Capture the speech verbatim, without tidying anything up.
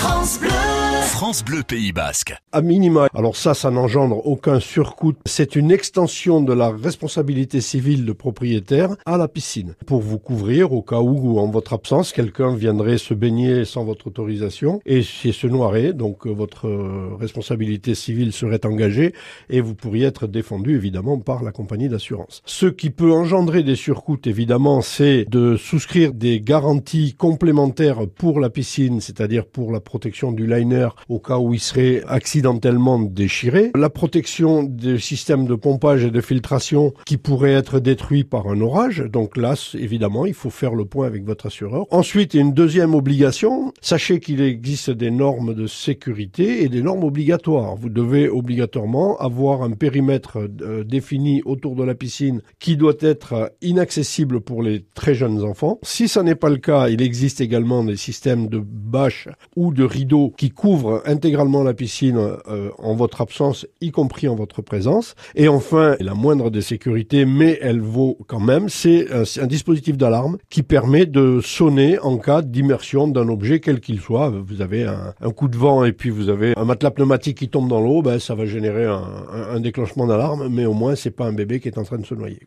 France Bleu. France Bleu Pays Basque. À minima, alors ça, ça n'engendre aucun surcoût. C'est une extension de la responsabilité civile de propriétaire à la piscine. Pour vous couvrir au cas où, en votre absence, quelqu'un viendrait se baigner sans votre autorisation et se noierait. Donc votre responsabilité civile serait engagée et vous pourriez être défendu évidemment par la compagnie d'assurance. Ce qui peut engendrer des surcoûts évidemment, c'est de souscrire des garanties complémentaires pour la piscine, c'est-à-dire pour la protection du liner au cas où il serait accidentellement déchiré, la protection des systèmes de pompage et de filtration qui pourraient être détruits par un orage. Donc là, évidemment, il faut faire le point avec votre assureur. Ensuite, une deuxième obligation, sachez qu'il existe des normes de sécurité et des normes obligatoires. Vous devez obligatoirement avoir un périmètre euh, défini autour de la piscine qui doit être inaccessible pour les très jeunes enfants. Si ça n'est pas le cas, il existe également des systèmes de bâches ou de rideaux qui couvrent intégralement la piscine euh, en votre absence, y compris en votre présence. Et enfin, la moindre des sécurités, mais elle vaut quand même, c'est un, un dispositif d'alarme qui permet de sonner en cas d'immersion d'un objet quel qu'il soit. Vous avez un, un coup de vent et puis vous avez un matelas pneumatique qui tombe dans l'eau, ben ça va générer un, un, un déclenchement d'alarme, mais au moins c'est pas un bébé qui est en train de se noyer.